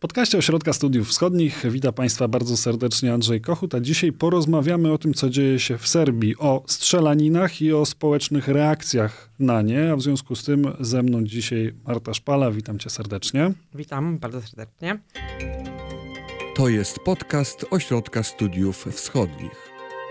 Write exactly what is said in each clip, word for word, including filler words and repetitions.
podcaście Ośrodka Studiów Wschodnich wita Państwa bardzo serdecznie Andrzej Kochut, a dzisiaj porozmawiamy o tym, co dzieje się w Serbii, o strzelaninach i o społecznych reakcjach na nie, a w związku z tym ze mną dzisiaj Marta Szpala. Witam cię serdecznie. Witam bardzo serdecznie. To jest podcast Ośrodka Studiów Wschodnich.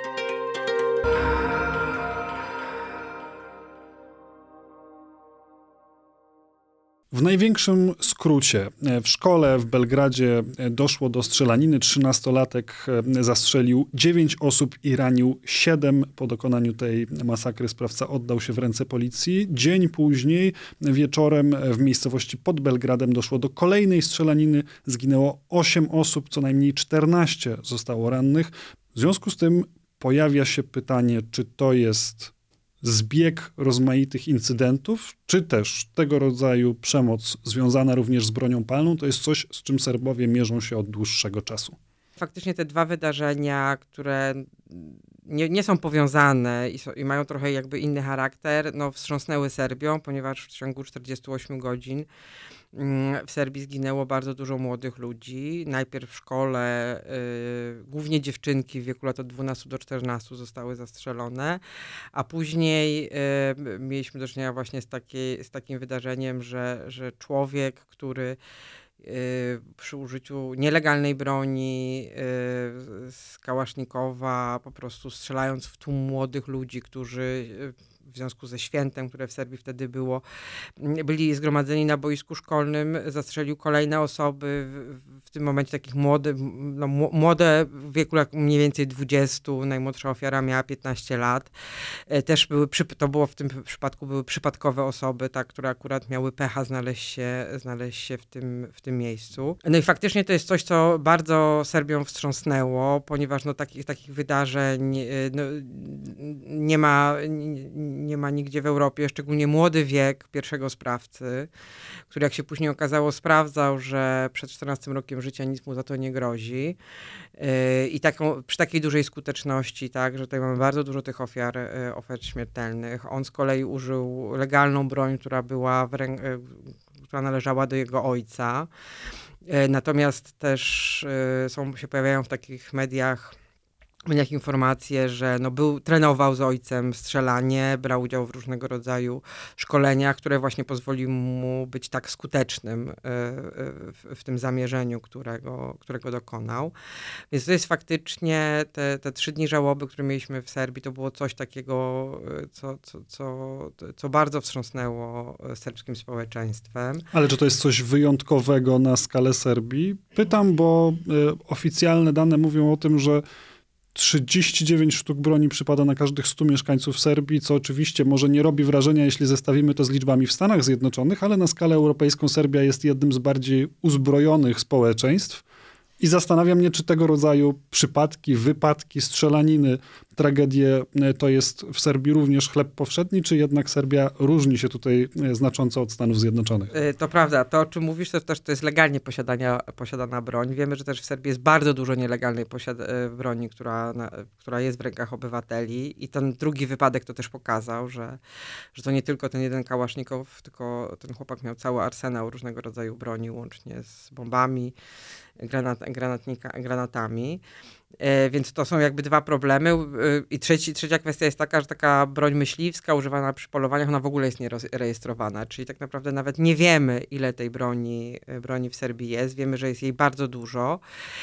W największym skrócie, w szkole w Belgradzie doszło do strzelaniny. Trzynastolatek zastrzelił dziewięć osób i ranił siedem. Po dokonaniu tej masakry sprawca oddał się w ręce policji. Dzień później, wieczorem w miejscowości pod Belgradem doszło do kolejnej strzelaniny. Zginęło osiem osób, co najmniej czternaście zostało rannych. W związku z tym pojawia się pytanie, czy to jest zbieg rozmaitych incydentów, czy też tego rodzaju przemoc związana również z bronią palną, to jest coś, z czym Serbowie mierzą się od dłuższego czasu. Faktycznie te dwa wydarzenia, które nie, nie są powiązane i, so, i mają trochę jakby inny charakter, no wstrząsnęły Serbią, ponieważ w ciągu czterdziestu ośmiu godzin w Serbii zginęło bardzo dużo młodych ludzi. Najpierw w szkole, y, głównie dziewczynki w wieku lat od dwunastu do czternastu zostały zastrzelone, a później y, mieliśmy do czynienia właśnie z, takiej, z takim wydarzeniem, że, że człowiek, który y, przy użyciu nielegalnej broni y, z kałasznikowa, po prostu strzelając w tłum młodych ludzi, którzy y, w związku ze świętem, które w Serbii wtedy było, byli zgromadzeni na boisku szkolnym, zastrzelił kolejne osoby, w, w tym momencie takich młode, no, młode w wieku mniej więcej dwudziestu, najmłodsza ofiara miała piętnaście lat. Też były, to było w tym przypadku były przypadkowe osoby, tak, które akurat miały pecha znaleźć się, znaleźć się w tym, w tym miejscu. No i faktycznie to jest coś, co bardzo Serbią wstrząsnęło, ponieważ no, takich, takich wydarzeń no, nie ma nie nie ma nigdzie w Europie, szczególnie młody wiek pierwszego sprawcy, który jak się później okazało sprawdzał, że przed czternastym rokiem życia nic mu za to nie grozi. Yy, I taką, przy takiej dużej skuteczności, tak, że tutaj mamy bardzo dużo tych ofiar, yy, ofiar śmiertelnych. On z kolei użył legalną broń, która była w rę- yy, która należała do jego ojca. Yy, natomiast też yy, są, się pojawiają w takich mediach mediach informacje, że no był, trenował z ojcem strzelanie, brał udział w różnego rodzaju szkoleniach, które właśnie pozwoliły mu być tak skutecznym w, w tym zamierzeniu, którego, którego dokonał. Więc to jest faktycznie te, te trzy dni żałoby, które mieliśmy w Serbii, to było coś takiego, co, co, co, co bardzo wstrząsnęło serbskim społeczeństwem. Ale czy to jest coś wyjątkowego na skalę Serbii? Pytam, bo y, oficjalne dane mówią o tym, że trzydzieści dziewięć sztuk broni przypada na każdych stu mieszkańców Serbii, co oczywiście może nie robi wrażenia, jeśli zestawimy to z liczbami w Stanach Zjednoczonych, ale na skalę europejską Serbia jest jednym z bardziej uzbrojonych społeczeństw. I zastanawiam mnie, czy tego rodzaju przypadki, wypadki, strzelaniny, tragedie to jest w Serbii również chleb powszedni, czy jednak Serbia różni się tutaj znacząco od Stanów Zjednoczonych? To prawda. To, o czym mówisz, to też to jest legalnie posiadania, posiadana broń. Wiemy, że też w Serbii jest bardzo dużo nielegalnej posiad- broni, która, na, która jest w rękach obywateli. I ten drugi wypadek to też pokazał, że, że to nie tylko ten jeden kałasznikow, tylko ten chłopak miał cały arsenał różnego rodzaju broni, łącznie z bombami, granat, granatnika, granatami. E, więc to są jakby dwa problemy. E, I trzeci, trzecia kwestia jest taka, że taka broń myśliwska używana przy polowaniach, ona w ogóle jest nierejestrowana. Czyli tak naprawdę nawet nie wiemy, ile tej broni, broni w Serbii jest. Wiemy, że jest jej bardzo dużo.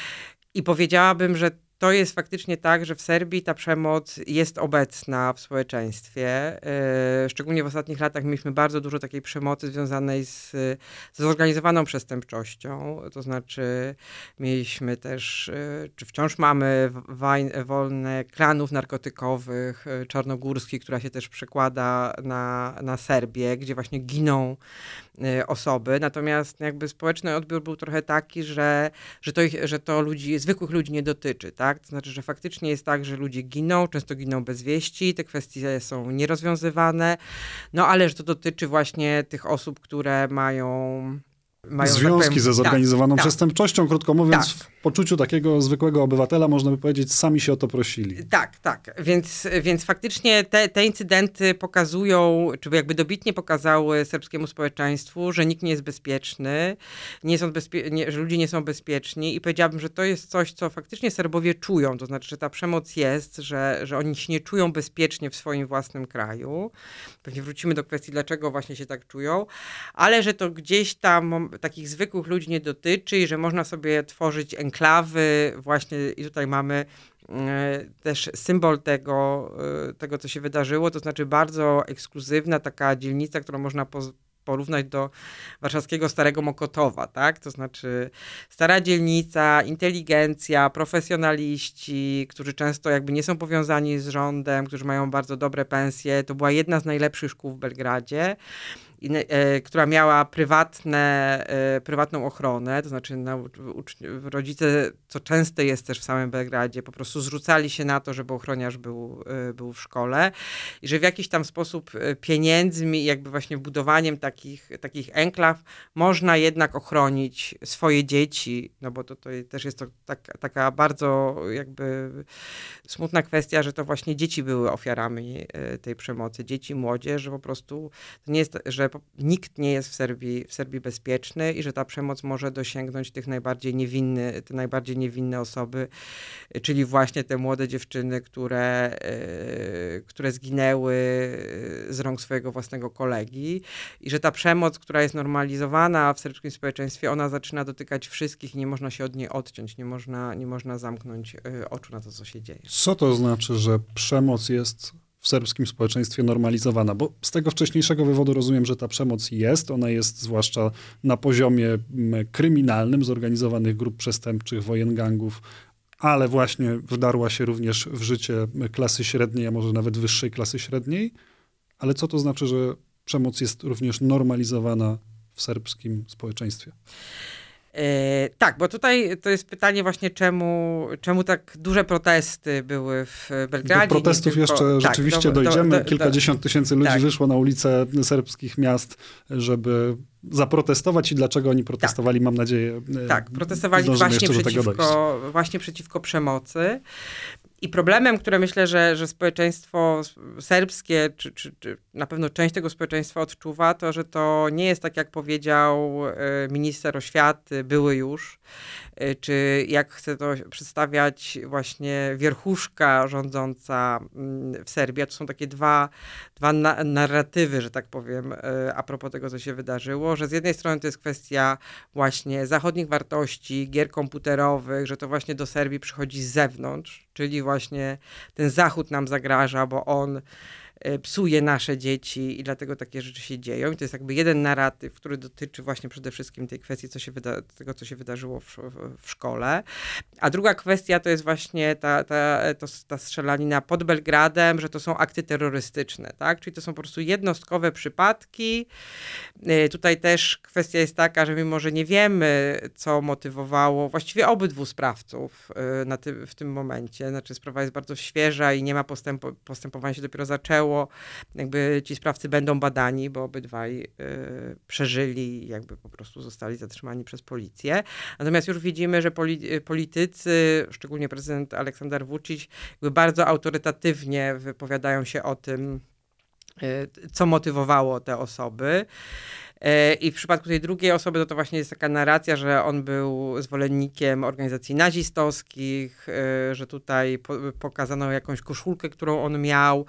I powiedziałabym, że to jest faktycznie tak, że w Serbii ta przemoc jest obecna w społeczeństwie. Yy, szczególnie w ostatnich latach mieliśmy bardzo dużo takiej przemocy związanej z, z zorganizowaną przestępczością. To znaczy mieliśmy też, yy, czy wciąż mamy waj, wolne klanów narkotykowych, yy, czarnogórski, która się też przekłada na, na Serbię, gdzie właśnie giną yy, osoby. Natomiast jakby społeczny odbiór był trochę taki, że, że, to, ich, że to ludzi, zwykłych ludzi nie dotyczy, tak? To znaczy, że faktycznie jest tak, że ludzie giną, często giną bez wieści, te kwestie są nierozwiązywane, no ale że to dotyczy właśnie tych osób, które mają... mają Związki tak powiem, ze zorganizowaną tak, przestępczością, krótko mówiąc, tak. poczuciu takiego zwykłego obywatela, można by powiedzieć, sami się o to prosili. Tak, tak. Więc, więc faktycznie te, te incydenty pokazują, czy jakby dobitnie pokazały serbskiemu społeczeństwu, że nikt nie jest bezpieczny, nie są bezpie- nie, że ludzie nie są bezpieczni i powiedziałabym, że to jest coś, co faktycznie Serbowie czują, to znaczy, że ta przemoc jest, że, że oni się nie czują bezpiecznie w swoim własnym kraju. Pewnie wrócimy do kwestii, dlaczego właśnie się tak czują, ale że to gdzieś tam takich zwykłych ludzi nie dotyczy i że można sobie tworzyć enklawy właśnie i tutaj mamy też symbol tego, tego, co się wydarzyło, to znaczy bardzo ekskluzywna taka dzielnica, którą można poz- porównać do warszawskiego Starego Mokotowa, tak? To znaczy stara dzielnica, inteligencja, profesjonaliści, którzy często jakby nie są powiązani z rządem, którzy mają bardzo dobre pensje. To była jedna z najlepszych szkół w Belgradzie. I, e, która miała prywatne, e, prywatną ochronę, to znaczy no, ucz- rodzice, co często jest też w samym Belgradzie, po prostu zrzucali się na to, żeby ochroniarz był, e, był w szkole i że w jakiś tam sposób pieniędzmi i jakby właśnie budowaniem takich, takich enklaw można jednak ochronić swoje dzieci, no bo to, to też jest to tak, taka bardzo jakby smutna kwestia, że to właśnie dzieci były ofiarami e, tej przemocy, dzieci, młodzież, że po prostu to nie jest, że nikt nie jest w Serbii, w Serbii bezpieczny i że ta przemoc może dosięgnąć tych najbardziej niewinny, te najbardziej niewinne osoby, czyli właśnie te młode dziewczyny, które, yy, które zginęły z rąk swojego własnego kolegi i że ta przemoc, która jest normalizowana w serbskim społeczeństwie, ona zaczyna dotykać wszystkich i nie można się od niej odciąć, nie można, nie można zamknąć yy, oczu na to, co się dzieje. Co to znaczy, że przemoc jest w serbskim społeczeństwie normalizowana? Bo z tego wcześniejszego wywodu rozumiem, że ta przemoc jest. Ona jest zwłaszcza na poziomie kryminalnym, zorganizowanych grup przestępczych, wojen gangów, ale właśnie wdarła się również w życie klasy średniej, a może nawet wyższej klasy średniej. Ale co to znaczy, że przemoc jest również normalizowana w serbskim społeczeństwie? E, tak, bo tutaj to jest pytanie właśnie, czemu, czemu tak duże protesty były w Belgradzie. Do protestów tylko, jeszcze tak, rzeczywiście do, dojdziemy. do, do, Kilkadziesiąt tysięcy ludzi tak. wyszło na ulice serbskich miast, żeby zaprotestować i dlaczego oni protestowali, tak. mam nadzieję. Tak, protestowali właśnie przeciwko, właśnie przeciwko przemocy. I problemem, które myślę, że, że społeczeństwo serbskie, czy, czy, czy na pewno część tego społeczeństwa odczuwa, to, że to nie jest tak, jak powiedział minister oświaty, były już, czy jak chce to przedstawiać właśnie wierchuszka rządząca w Serbii. To są takie dwa, dwa na- narratywy, że tak powiem, a propos tego, co się wydarzyło, że z jednej strony to jest kwestia właśnie zachodnich wartości, gier komputerowych, że to właśnie do Serbii przychodzi z zewnątrz, czyli właśnie ten Zachód nam zagraża, bo on psuje nasze dzieci i dlatego takie rzeczy się dzieją. I to jest jakby jeden narratyw, który dotyczy właśnie przede wszystkim tej kwestii, co się wyda- tego, co się wydarzyło w, w, w szkole. A druga kwestia to jest właśnie ta, ta, to, ta strzelanina pod Belgradem, że to są akty terrorystyczne, tak? Czyli to są po prostu jednostkowe przypadki. Yy, tutaj też kwestia jest taka, że mimo, że nie wiemy, co motywowało właściwie obydwu sprawców yy, na ty- w tym momencie, znaczy sprawa jest bardzo świeża i nie ma postępo- postępowanie się dopiero zaczęło, jakby ci sprawcy będą badani, bo obydwaj y, przeżyli i jakby po prostu zostali zatrzymani przez policję. Natomiast już widzimy, że poli- politycy, szczególnie prezydent Aleksander Vučić, jakby bardzo autorytatywnie wypowiadają się o tym, y, co motywowało te osoby. I w przypadku tej drugiej osoby to, to właśnie jest taka narracja, że on był zwolennikiem organizacji nazistowskich, że tutaj po, pokazano jakąś koszulkę, którą on miał,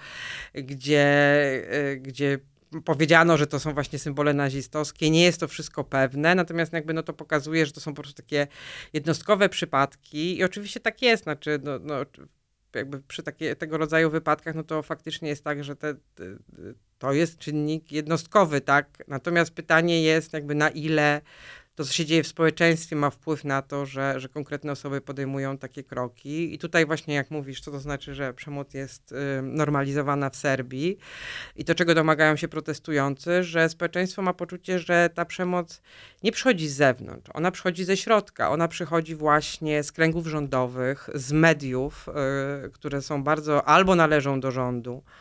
gdzie, gdzie powiedziano, że to są właśnie symbole nazistowskie. Nie jest to wszystko pewne, natomiast jakby no to pokazuje, że to są po prostu takie jednostkowe przypadki i oczywiście tak jest, znaczy no, no jakby przy takie, tego rodzaju wypadkach, no to faktycznie jest tak, że te, te, to jest czynnik jednostkowy, tak? Natomiast pytanie jest jakby na ile to, co się dzieje w społeczeństwie, ma wpływ na to, że, że konkretne osoby podejmują takie kroki. I tutaj właśnie, jak mówisz, co to znaczy, że przemoc jest y, normalizowana w Serbii i to, czego domagają się protestujący, że społeczeństwo ma poczucie, że ta przemoc nie przychodzi z zewnątrz, ona przychodzi ze środka, ona przychodzi właśnie z kręgów rządowych, z mediów, y, które są bardzo, albo należą do rządu,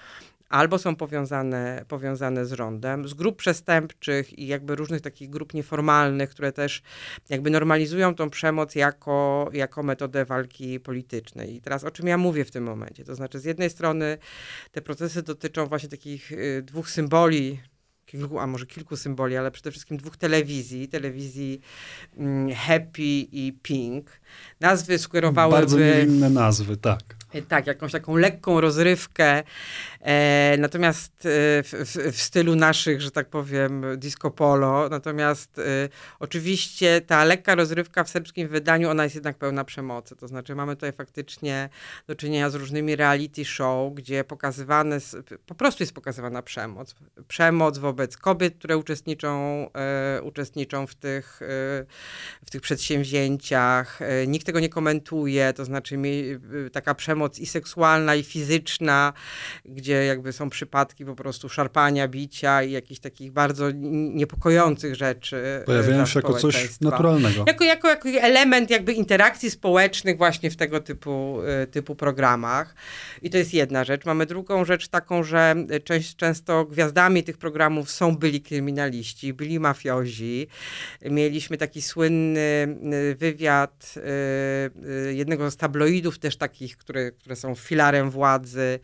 albo są powiązane, powiązane z rządem, z grup przestępczych i jakby różnych takich grup nieformalnych, które też jakby normalizują tą przemoc jako, jako metodę walki politycznej. I teraz o czym ja mówię w tym momencie? To znaczy z jednej strony te procesy dotyczą właśnie takich y, dwóch symboli, kilku, a może kilku symboli, ale przede wszystkim dwóch telewizji, telewizji mm, Happy i Pink. Nazwy sugerowałyby... Bardzo niewinne nazwy, tak. Tak, jakąś taką lekką rozrywkę, e, natomiast e, w, w, w stylu naszych, że tak powiem, disco polo, natomiast e, oczywiście ta lekka rozrywka w serbskim wydaniu, ona jest jednak pełna przemocy, to znaczy mamy tutaj faktycznie do czynienia z różnymi reality show, gdzie pokazywane, po prostu jest pokazywana przemoc. Przemoc wobec kobiet, które uczestniczą, e, uczestniczą w tych, e, w tych przedsięwzięciach, e, nikt tego nie komentuje, to znaczy mi, e, taka przemoc i seksualna, i fizyczna, gdzie jakby są przypadki po prostu szarpania, bicia i jakichś takich bardzo niepokojących rzeczy. Pojawiają się jako coś naturalnego. Jako, jako, jako element jakby interakcji społecznych właśnie w tego typu, typu programach. I to jest jedna rzecz. Mamy drugą rzecz taką, że część, często gwiazdami tych programów są byli kryminaliści, byli mafiozi. Mieliśmy taki słynny wywiad jednego z tabloidów też takich, które które są filarem władzy,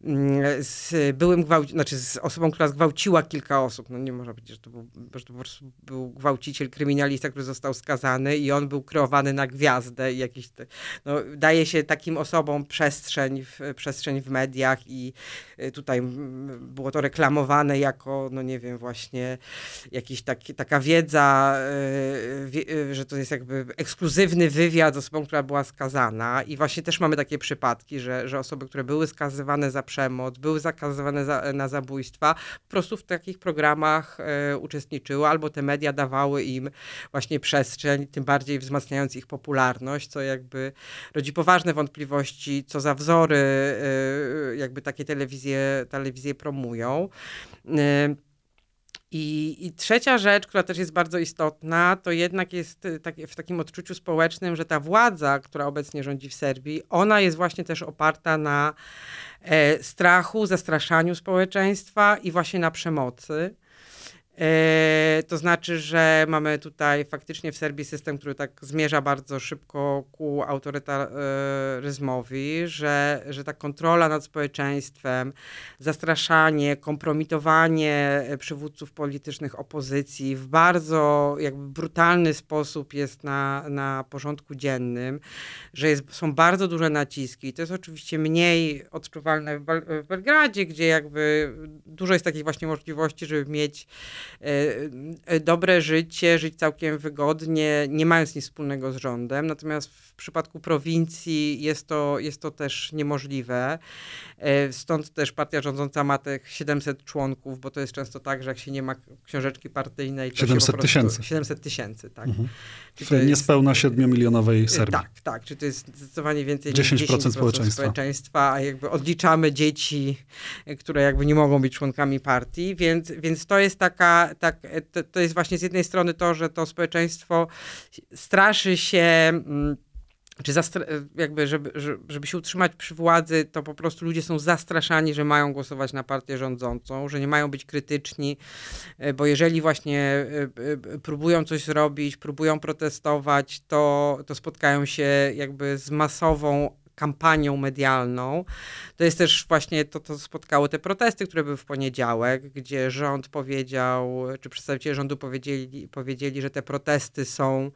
z byłym gwałci- znaczy z osobą, która zgwałciła kilka osób. No nie można powiedzieć, że to był, że to po prostu był gwałciciel, kryminalista, który został skazany i on był kreowany na gwiazdę i jakiś, te, no, daje się takim osobom przestrzeń w, przestrzeń w mediach i tutaj było to reklamowane jako, no nie wiem, właśnie jakiś taki, taka wiedza, wie, że to jest jakby ekskluzywny wywiad z osobą, która była skazana i właśnie też mamy takie przypadki, że, że osoby, które były skazywane za przemoc, były zakazywane za, na zabójstwa, po prostu w takich programach e, uczestniczyły, albo te media dawały im właśnie przestrzeń, tym bardziej wzmacniając ich popularność, co jakby rodzi poważne wątpliwości, co za wzory e, jakby takie telewizje, telewizje promują. E, I, I trzecia rzecz, która też jest bardzo istotna, to jednak jest tak, w takim odczuciu społecznym, że ta władza, która obecnie rządzi w Serbii, ona jest właśnie też oparta na e, strachu, zastraszaniu społeczeństwa i właśnie na przemocy. E, to znaczy, że mamy tutaj faktycznie w Serbii system, który tak zmierza bardzo szybko ku autorytaryzmowi, że, że ta kontrola nad społeczeństwem, zastraszanie, kompromitowanie przywódców politycznych opozycji w bardzo jakby brutalny sposób jest na, na porządku dziennym, że jest, są bardzo duże naciski. To jest oczywiście mniej odczuwalne w, Bel- w Belgradzie, gdzie jakby dużo jest takich właśnie możliwości, żeby mieć dobre życie, żyć całkiem wygodnie, nie mając nic wspólnego z rządem. Natomiast w przypadku prowincji jest to, jest to też niemożliwe. Stąd też partia rządząca ma tych siedemset członków, bo to jest często tak, że jak się nie ma książeczki partyjnej... To siedemset tysięcy. siedemset tysięcy, tak. Mhm. W niespełna siedmiomilionowej Serbii. Tak, tak. Czy to jest zdecydowanie więcej dziesięć procent niż dziesięć procent społeczeństwa. społeczeństwa, a jakby odliczamy dzieci, które jakby nie mogą być członkami partii, więc, więc to jest taka, tak, to, to jest właśnie z jednej strony to, że to społeczeństwo straszy się, czy zastra- jakby, żeby, żeby się utrzymać przy władzy, to po prostu ludzie są zastraszani, że mają głosować na partię rządzącą, że nie mają być krytyczni, bo jeżeli właśnie próbują coś zrobić, próbują protestować, to, to spotkają się jakby z masową kampanią medialną. To jest też właśnie to, co spotkało te protesty, które były w poniedziałek, gdzie rząd powiedział, czy przedstawiciele rządu powiedzieli, powiedzieli, że te protesty są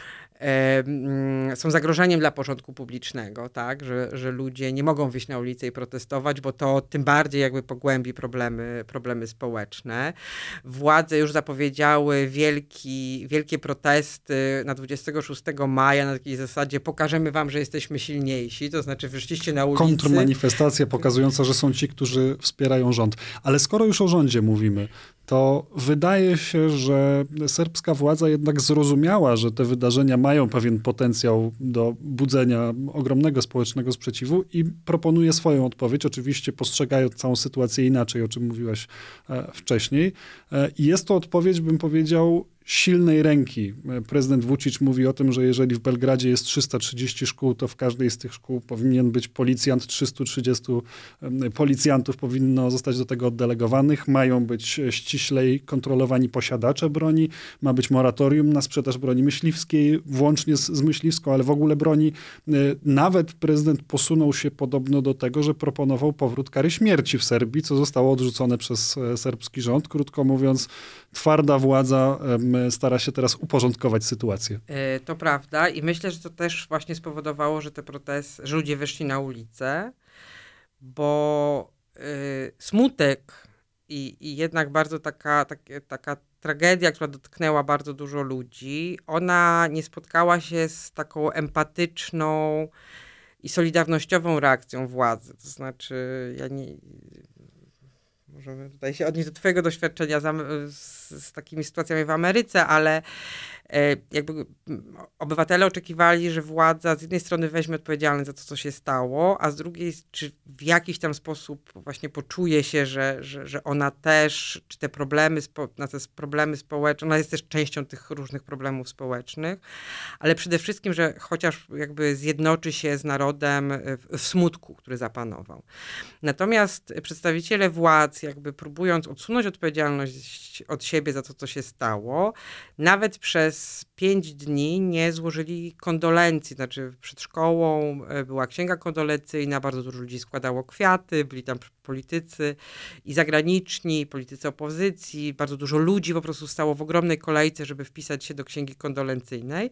są zagrożeniem dla porządku publicznego, tak, że, że ludzie nie mogą wyjść na ulicę i protestować, bo to tym bardziej jakby pogłębi problemy, problemy społeczne. Władze już zapowiedziały wielki, wielkie protesty na dwudziestego szóstego maja na takiej zasadzie pokażemy wam, że jesteśmy silniejsi, to znaczy wyszliście na ulicę. Kontrmanifestacja pokazująca, że są ci, którzy wspierają rząd. Ale skoro już o rządzie mówimy, to wydaje się, że serbska władza jednak zrozumiała, że te wydarzenia mają pewien potencjał do budzenia ogromnego społecznego sprzeciwu i proponuje swoją odpowiedź, oczywiście postrzegając całą sytuację inaczej, o czym mówiłaś e, wcześniej. E, I jest to odpowiedź, bym powiedział, silnej ręki. Prezydent Vučić mówi o tym, że jeżeli w Belgradzie jest trzysta trzydzieści szkół, to w każdej z tych szkół powinien być policjant. trzysta trzydzieści policjantów powinno zostać do tego oddelegowanych. Mają być ściślej kontrolowani posiadacze broni. Ma być moratorium na sprzedaż broni myśliwskiej, włącznie z, z myśliwską, ale w ogóle broni. Nawet prezydent posunął się podobno do tego, że proponował powrót kary śmierci w Serbii, co zostało odrzucone przez serbski rząd. Krótko mówiąc, twarda władza stara się teraz uporządkować sytuację. To prawda i myślę, że to też właśnie spowodowało, że te protesty, że ludzie wyszli na ulicę, bo y, smutek i, i jednak bardzo taka, tak, taka tragedia, która dotknęła bardzo dużo ludzi, ona nie spotkała się z taką empatyczną i solidarnościową reakcją władzy. To znaczy, ja nie... Możemy tutaj się odnieść do twojego doświadczenia z, z, z takimi sytuacjami w Ameryce, ale e, jakby obywatele oczekiwali, że władza z jednej strony weźmie odpowiedzialność za to, co się stało, a z drugiej, czy w jakiś tam sposób właśnie poczuje się, że, że, że ona też, czy te problemy, spo, na te problemy społeczne, ona jest też częścią tych różnych problemów społecznych, ale przede wszystkim, że chociaż jakby zjednoczy się z narodem w, w smutku, który zapanował. Natomiast przedstawiciele władz, jakby próbując odsunąć odpowiedzialność od siebie za to, co się stało, nawet przez pięć dni nie złożyli kondolencji. Znaczy przed szkołą była księga kondolencyjna, bardzo dużo ludzi składało kwiaty, byli tam politycy i zagraniczni, i politycy opozycji, bardzo dużo ludzi po prostu stało w ogromnej kolejce, żeby wpisać się do księgi kondolencyjnej.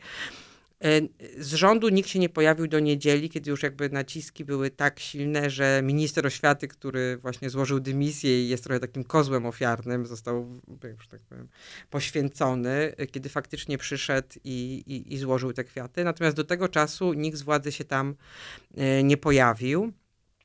Z rządu nikt się nie pojawił do niedzieli, kiedy już jakby naciski były tak silne, że minister oświaty, który właśnie złożył dymisję i jest trochę takim kozłem ofiarnym, został, że tak powiem, poświęcony, kiedy faktycznie przyszedł i, i, i złożył te kwiaty. Natomiast do tego czasu nikt z władzy się tam nie pojawił.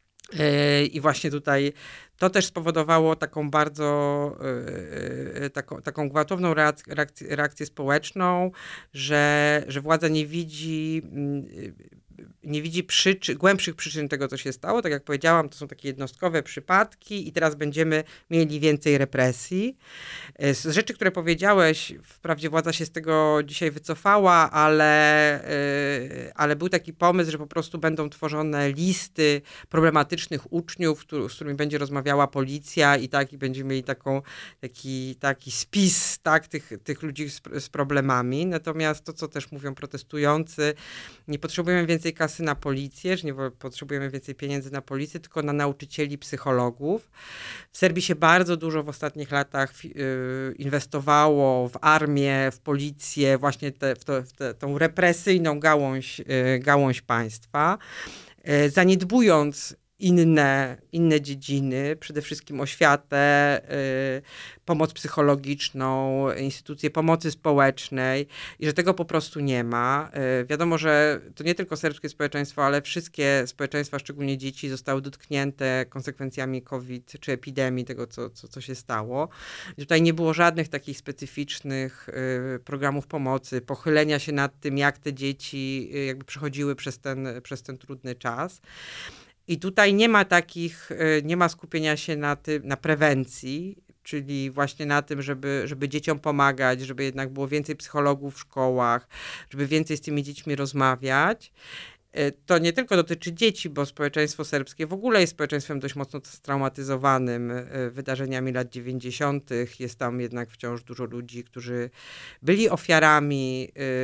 I właśnie tutaj to też spowodowało taką bardzo, yy, taką, taką gwałtowną reakcję, reakcję, reakcję społeczną, że, że władza nie widzi, yy, nie widzi przyczyn, głębszych przyczyn tego, co się stało. Tak jak powiedziałam, to są takie jednostkowe przypadki i teraz będziemy mieli więcej represji. Z rzeczy, które powiedziałeś, wprawdzie władza się z tego dzisiaj wycofała, ale, yy, ale był taki pomysł, że po prostu będą tworzone listy problematycznych uczniów, który, z którymi będzie rozmawiała policja i tak, i będziemy mieli taką, taki, taki spis, tak, tych, tych ludzi z, z problemami. Natomiast to, co też mówią protestujący, nie potrzebujemy więcej kasy na policję, że nie potrzebujemy więcej pieniędzy na policję, tylko na nauczycieli, psychologów. W Serbii się bardzo dużo w ostatnich latach yy, inwestowało w armię, w policję, właśnie te, w, to, w te, tą represyjną gałąź, yy, gałąź państwa, yy, zaniedbując inne, inne dziedziny, przede wszystkim oświatę, y, pomoc psychologiczną, instytucje pomocy społecznej i że tego po prostu nie ma. Y, wiadomo, że to nie tylko serbskie społeczeństwo, ale wszystkie społeczeństwa, szczególnie dzieci, zostały dotknięte konsekwencjami COVID czy epidemii, tego co, co, co się stało. I tutaj nie było żadnych takich specyficznych y, programów pomocy, pochylenia się nad tym, jak te dzieci y, jakby przechodziły przez ten, przez ten trudny czas. I tutaj nie ma takich, nie ma skupienia się na tym, na prewencji, czyli właśnie na tym, żeby, żeby dzieciom pomagać, żeby jednak było więcej psychologów w szkołach, żeby więcej z tymi dziećmi rozmawiać. To nie tylko dotyczy dzieci, bo społeczeństwo serbskie w ogóle jest społeczeństwem dość mocno straumatyzowanym wydarzeniami lat dziewięćdziesiątych. Jest tam jednak wciąż dużo ludzi, którzy byli ofiarami,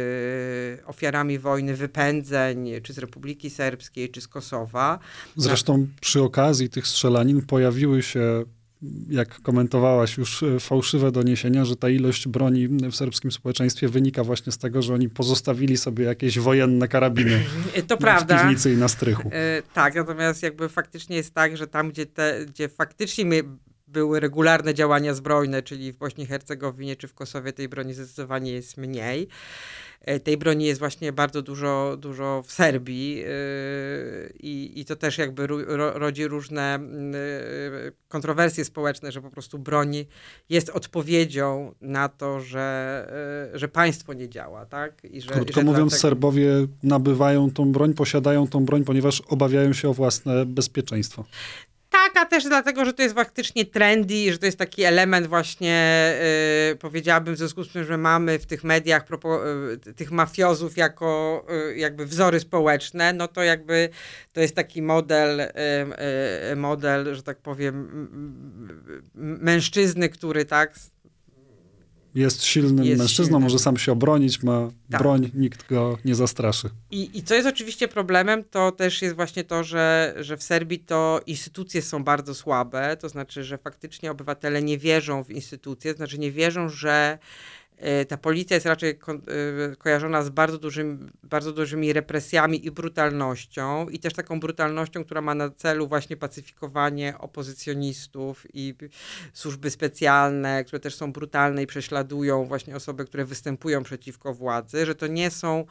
yy, ofiarami wojny, wypędzeń, czy z Republiki Serbskiej, czy z Kosowa. Zresztą przy okazji tych strzelanin pojawiły się, jak komentowałaś, już fałszywe doniesienia, że ta ilość broni w serbskim społeczeństwie wynika właśnie z tego, że oni pozostawili sobie jakieś wojenne karabiny to w prawda. piwnicy i na strychu. Yy, tak, natomiast jakby faktycznie jest tak, że tam, gdzie, te, gdzie faktycznie my, były regularne działania zbrojne, czyli w Bośni i Hercegowinie czy w Kosowie, tej broni zdecydowanie jest mniej. Tej broni jest właśnie bardzo dużo, dużo w Serbii yy, i, i to też jakby ro, rodzi różne yy, kontrowersje społeczne, że po prostu broń jest odpowiedzią na to, że, yy, że państwo nie działa, tak? I że, Krótko że mówiąc, dlatego... Serbowie nabywają tą broń, posiadają tą broń, ponieważ obawiają się o własne bezpieczeństwo. Tak, a też dlatego, że to jest faktycznie trendy, że to jest taki element właśnie, yy, powiedziałabym w związku z tym, że mamy w tych mediach propo, yy, tych mafiozów jako yy, jakby wzory społeczne, no to jakby to jest taki model, yy, yy, model, że tak powiem, m- mężczyzny, który tak... Jest silnym Jest mężczyzną, silnym. może sam się obronić, ma Tak. broń, nikt go nie zastraszy. I, I co jest oczywiście problemem, to też jest właśnie to, że, że w Serbii to instytucje są bardzo słabe, to znaczy, że faktycznie obywatele nie wierzą w instytucje, to znaczy nie wierzą, że y, ta policja jest raczej ko- y, kojarzona z bardzo, dużym, bardzo dużymi represjami i brutalnością i też taką brutalnością, która ma na celu właśnie pacyfikowanie opozycjonistów i służby specjalne, które też są brutalne i prześladują właśnie osoby, które występują przeciwko władzy, że to nie są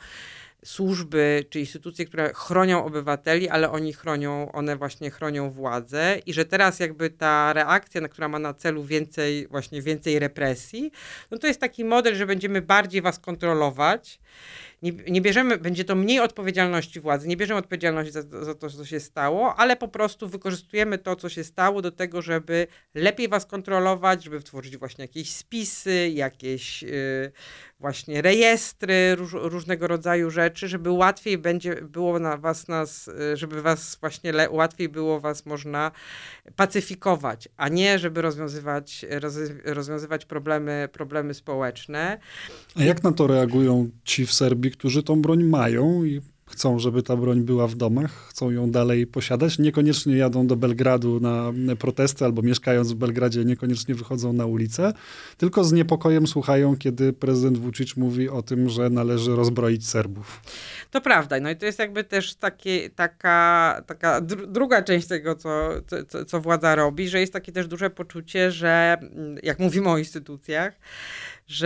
służby czy instytucje, które chronią obywateli, ale oni chronią, one właśnie chronią władzę i że teraz jakby ta reakcja, na która ma na celu więcej, właśnie więcej represji, no to jest taki model, że będziemy bardziej was kontrolować. Nie, nie bierzemy, będzie to mniej odpowiedzialności władzy, nie bierzemy odpowiedzialności za, za to, co się stało, ale po prostu wykorzystujemy to, co się stało do tego, żeby lepiej was kontrolować, żeby tworzyć właśnie jakieś spisy, jakieś yy, właśnie rejestry, róż, różnego rodzaju rzeczy, żeby łatwiej będzie było na was, nas, yy, żeby was właśnie le, łatwiej było was można pacyfikować, a nie żeby rozwiązywać, roz, rozwiązywać problemy, problemy społeczne. A jak na to reagują ci w Serbii, którzy tą broń mają i chcą, żeby ta broń była w domach, chcą ją dalej posiadać? Niekoniecznie jadą do Belgradu na protesty albo mieszkając w Belgradzie niekoniecznie wychodzą na ulicę, tylko z niepokojem słuchają, kiedy prezydent Vučić mówi o tym, że należy rozbroić Serbów. To prawda. No i to jest jakby też takie, taka, taka dru, druga część tego, co, co, co władza robi, że jest takie też duże poczucie, że jak mówimy o instytucjach, że,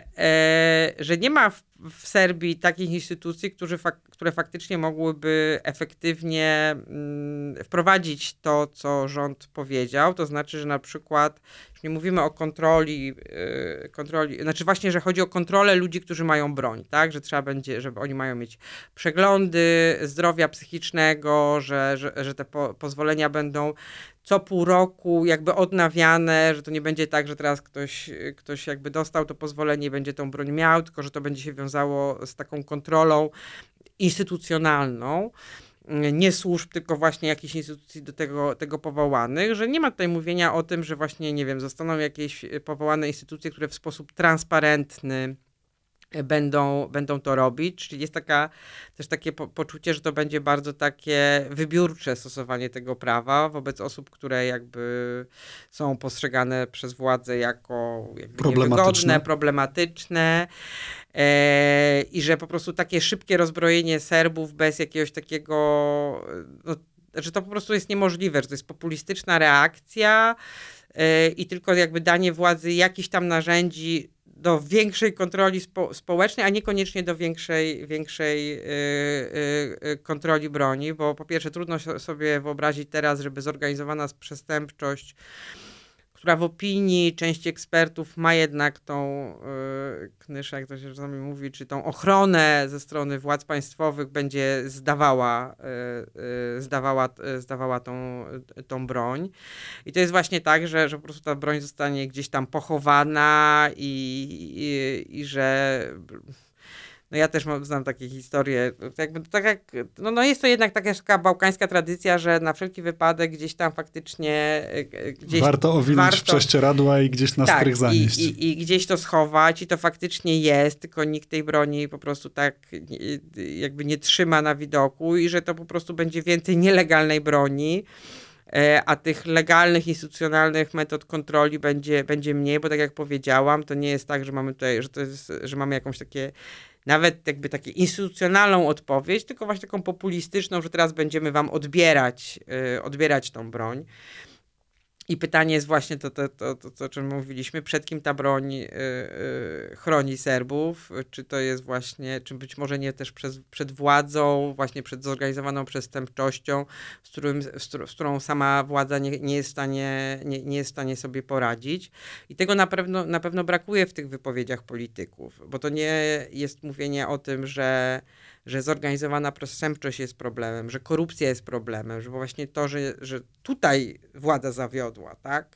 e, że nie ma w, w Serbii takich instytucji, którzy fak, które faktycznie mogłyby efektywnie mm, wprowadzić to, co rząd powiedział. To znaczy, że na przykład, już nie mówimy o kontroli, e, kontroli, znaczy właśnie, że chodzi o kontrolę ludzi, którzy mają broń, tak? Że trzeba będzie, żeby oni mają mieć przeglądy zdrowia psychicznego, że, że, że te po, pozwolenia będą co pół roku jakby odnawiane, że to nie będzie tak, że teraz ktoś, ktoś jakby dostał to pozwolenie i będzie tą broń miał, tylko że to będzie się wiązało z taką kontrolą instytucjonalną, nie służb, tylko właśnie jakichś instytucji do tego, tego powołanych, że nie ma tutaj mówienia o tym, że właśnie, nie wiem, zostaną jakieś powołane instytucje, które w sposób transparentny Będą, będą to robić, czyli jest taka, też takie po, poczucie, że to będzie bardzo takie wybiórcze stosowanie tego prawa wobec osób, które jakby są postrzegane przez władzę jako jakby Problematyczne. niewygodne, problematyczne e, i że po prostu takie szybkie rozbrojenie Serbów bez jakiegoś takiego, no, że to po prostu jest niemożliwe, że to jest populistyczna reakcja e, i tylko jakby danie władzy jakichś tam narzędzi do większej kontroli spo, społecznej, a niekoniecznie do większej, większej yy, yy, kontroli broni, bo po pierwsze trudno sobie wyobrazić teraz, żeby zorganizowana przestępczość, która w opinii części ekspertów ma jednak tą yy, knyszę, jak to się czasami mówi, czy tą ochronę ze strony władz państwowych będzie zdawała, yy, yy, zdawała, yy, zdawała tą, yy, tą broń. I to jest właśnie tak, że, że po prostu ta broń zostanie gdzieś tam pochowana i, i, i że... No ja też mam, znam takie historie, jakby, tak jak, no, no jest to jednak taka bałkańska tradycja, że na wszelki wypadek gdzieś tam faktycznie gdzieś warto owinąć warto, w prześcieradła i gdzieś na tak, strych zanieść. I, i, i gdzieś to schować i to faktycznie jest, tylko nikt tej broni po prostu tak jakby nie trzyma na widoku i że to po prostu będzie więcej nielegalnej broni, a tych legalnych, instytucjonalnych metod kontroli będzie, będzie mniej, bo tak jak powiedziałam, to nie jest tak, że mamy tutaj, że to jest, że mamy jakąś takie nawet jakby taką instytucjonalną odpowiedź, tylko właśnie taką populistyczną, że teraz będziemy wam odbierać, yy, odbierać tą broń. I pytanie jest właśnie to, to, to, to, to o czym mówiliśmy, przed kim ta broń yy, yy, chroni Serbów, czy to jest właśnie, czy być może nie też przez, przed władzą, właśnie przed zorganizowaną przestępczością, z, którym, z, z którą sama władza nie, nie, jest w stanie, nie, nie jest w stanie sobie poradzić. I tego na pewno, na pewno brakuje w tych wypowiedziach polityków, bo to nie jest mówienie o tym, że że zorganizowana przestępczość jest problemem, że korupcja jest problemem, że właśnie to, że, że tutaj władza zawiodła, tak?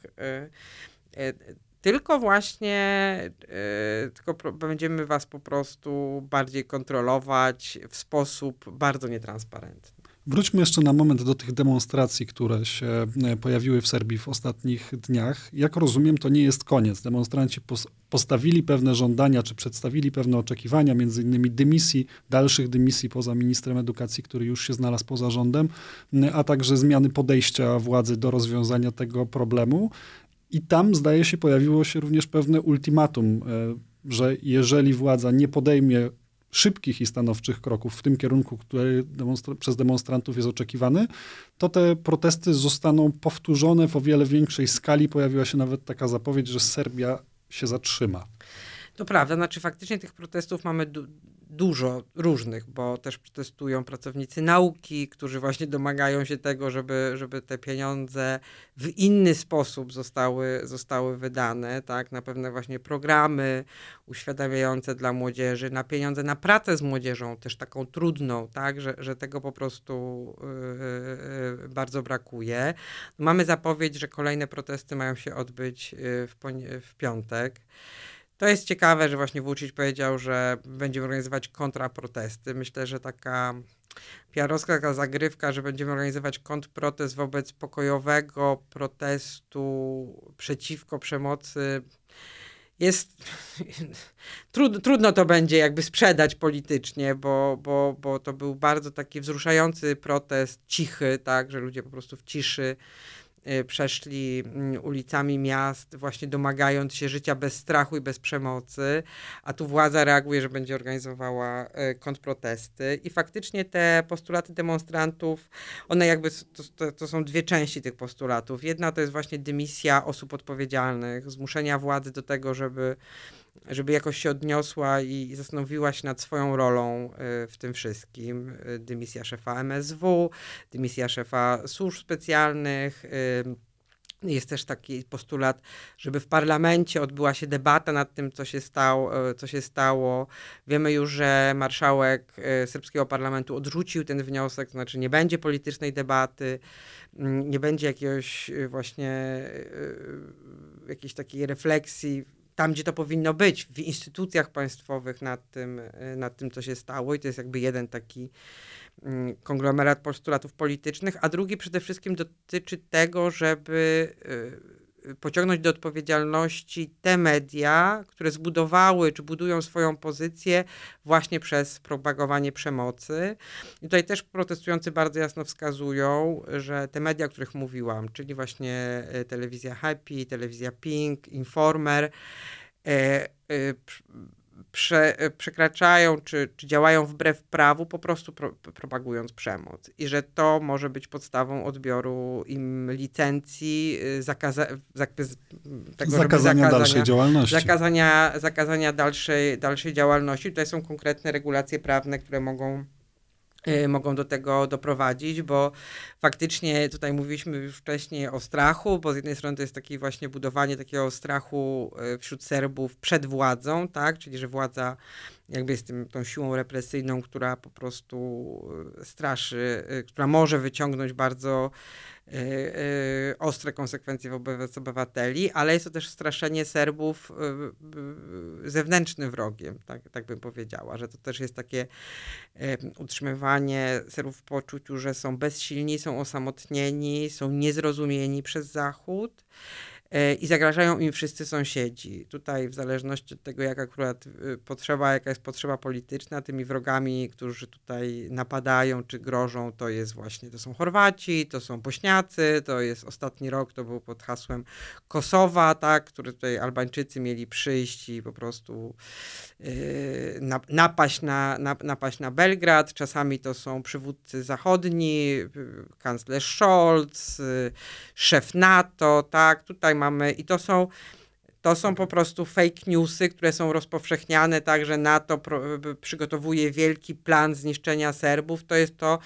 Tylko właśnie, tylko pro, będziemy was po prostu bardziej kontrolować w sposób bardzo nietransparentny. Wróćmy jeszcze na moment do tych demonstracji, które się pojawiły w Serbii w ostatnich dniach. Jak rozumiem, to nie jest koniec. Demonstranci pos- postawili pewne żądania, czy przedstawili pewne oczekiwania, między innymi dymisji, dalszych dymisji poza ministrem edukacji, który już się znalazł poza rządem, a także zmiany podejścia władzy do rozwiązania tego problemu. I tam, zdaje się, pojawiło się również pewne ultimatum, że jeżeli władza nie podejmie szybkich i stanowczych kroków w tym kierunku, który demonstra- przez demonstrantów jest oczekiwany, to te protesty zostaną powtórzone w o wiele większej skali. Pojawiła się nawet taka zapowiedź, że Serbia się zatrzyma. To prawda, znaczy faktycznie tych protestów mamy du- dużo różnych, bo też protestują pracownicy nauki, którzy właśnie domagają się tego, żeby, żeby te pieniądze w inny sposób zostały, zostały wydane, tak, na pewne właśnie programy uświadamiające dla młodzieży, na pieniądze na pracę z młodzieżą, też taką trudną, tak, że, że tego po prostu yy, yy, bardzo brakuje. Mamy zapowiedź, że kolejne protesty mają się odbyć yy, w, poni- w piątek. To jest ciekawe, że właśnie Vučić powiedział, że będziemy organizować kontraprotesty. Myślę, że taka piarowska taka zagrywka, że będziemy organizować kontrprotest wobec pokojowego protestu przeciwko przemocy jest... Trud, trudno to będzie jakby sprzedać politycznie, bo, bo, bo to był bardzo taki wzruszający protest, cichy, tak, że ludzie po prostu w ciszy przeszli ulicami miast, właśnie domagając się życia bez strachu i bez przemocy, a tu władza reaguje, że będzie organizowała kontrprotesty i faktycznie te postulaty demonstrantów, one jakby, to, to, to są dwie części tych postulatów. Jedna to jest właśnie dymisja osób odpowiedzialnych, zmuszenia władzy do tego, żeby żeby jakoś się odniosła i zastanowiła się nad swoją rolą w tym wszystkim. Dymisja szefa M S W, dymisja szefa służb specjalnych. Jest też taki postulat, żeby w parlamencie odbyła się debata nad tym, co się stało. Co się stało. Wiemy już, że marszałek serbskiego parlamentu odrzucił ten wniosek, to znaczy nie będzie politycznej debaty, nie będzie jakiegoś właśnie jakiejś takiej refleksji tam, gdzie to powinno być, w instytucjach państwowych nad tym, nad tym, co się stało i to jest jakby jeden taki konglomerat postulatów politycznych, a drugi przede wszystkim dotyczy tego, żeby pociągnąć do odpowiedzialności te media, które zbudowały czy budują swoją pozycję właśnie przez propagowanie przemocy. I tutaj też protestujący bardzo jasno wskazują, że te media, o których mówiłam, czyli właśnie telewizja Happy, telewizja Pink, Informer, e, e, Prze, przekraczają czy, czy działają wbrew prawu, po prostu pro, propagując przemoc. I że to może być podstawą odbioru im licencji, zakaza, zak, tego, zakazania, zakazania dalszej działalności. Zakazania, zakazania dalszej, dalszej działalności. Tutaj są konkretne regulacje prawne, które mogą mogą do tego doprowadzić, bo faktycznie tutaj mówiliśmy już wcześniej o strachu, bo z jednej strony to jest takie właśnie budowanie takiego strachu wśród Serbów przed władzą, tak, czyli że władza jakby jest tym, tą siłą represyjną, która po prostu straszy, która może wyciągnąć bardzo Yy, yy, ostre konsekwencje wobec obywateli, ale jest to też straszenie Serbów yy, yy, zewnętrznym wrogiem, tak, tak bym powiedziała, że to też jest takie yy, utrzymywanie Serbów w poczuciu, że są bezsilni, są osamotnieni, są niezrozumieni przez Zachód i zagrażają im wszyscy sąsiedzi. Tutaj w zależności od tego, jak akurat potrzeba, jaka jest potrzeba polityczna, tymi wrogami, którzy tutaj napadają czy grożą, to jest właśnie, to są Chorwaci, to są Bośniacy, to jest ostatni rok, to był pod hasłem Kosowa, tak, który tutaj Albańczycy mieli przyjść i po prostu yy, na, napaść, na, na, napaść na Belgrad. Czasami to są przywódcy zachodni, yy, kanclerz Scholz, yy, szef NATO, tak, tutaj mamy i to są, to są po prostu fake newsy, które są rozpowszechniane, tak, że NATO pro, przygotowuje wielki plan zniszczenia Serbów. To jest to,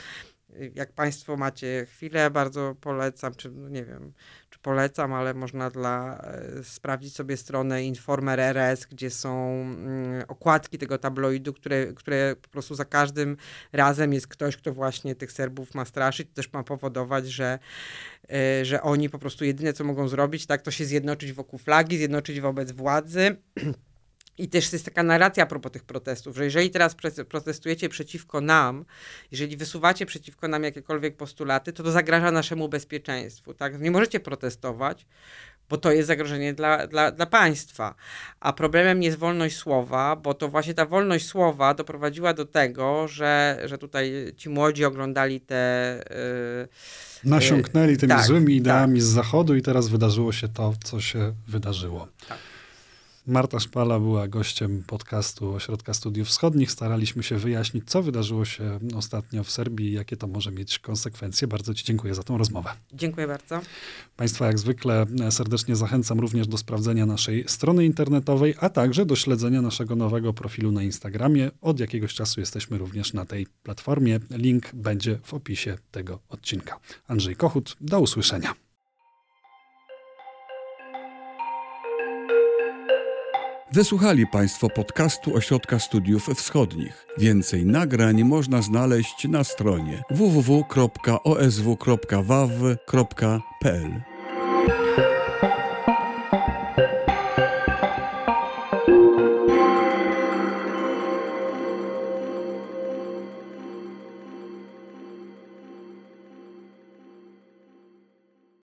Jak Państwo macie chwilę, bardzo polecam, czy no nie wiem, czy polecam, ale można dla, e, sprawdzić sobie stronę Informer R S, gdzie są mm, okładki tego tabloidu, które, które po prostu za każdym razem jest ktoś, kto właśnie tych Serbów ma straszyć, też ma powodować, że, e, że oni po prostu jedyne, co mogą zrobić, tak, to się zjednoczyć wokół flagi, zjednoczyć wobec władzy. I też jest taka narracja a propos tych protestów, że jeżeli teraz pre- protestujecie przeciwko nam, jeżeli wysuwacie przeciwko nam jakiekolwiek postulaty, to to zagraża naszemu bezpieczeństwu. Tak? Nie możecie protestować, bo to jest zagrożenie dla, dla, dla państwa. A problemem jest wolność słowa, bo to właśnie ta wolność słowa doprowadziła do tego, że, że tutaj ci młodzi oglądali te... Yy, Nasiąknęli tymi tak, złymi ideami tak. z zachodu i teraz wydarzyło się to, co się wydarzyło. Tak. Marta Szpala była gościem podcastu Ośrodka Studiów Wschodnich. Staraliśmy się wyjaśnić, co wydarzyło się ostatnio w Serbii i jakie to może mieć konsekwencje. Bardzo Ci dziękuję za tą rozmowę. Dziękuję bardzo. Państwa jak zwykle serdecznie zachęcam również do sprawdzenia naszej strony internetowej, a także do śledzenia naszego nowego profilu na Instagramie. Od jakiegoś czasu jesteśmy również na tej platformie. Link będzie w opisie tego odcinka. Andrzej Kochut, do usłyszenia. Wysłuchali Państwo podcastu Ośrodka Studiów Wschodnich. Więcej nagrań można znaleźć na stronie w w w kropka o s w kropka w a w kropka p l.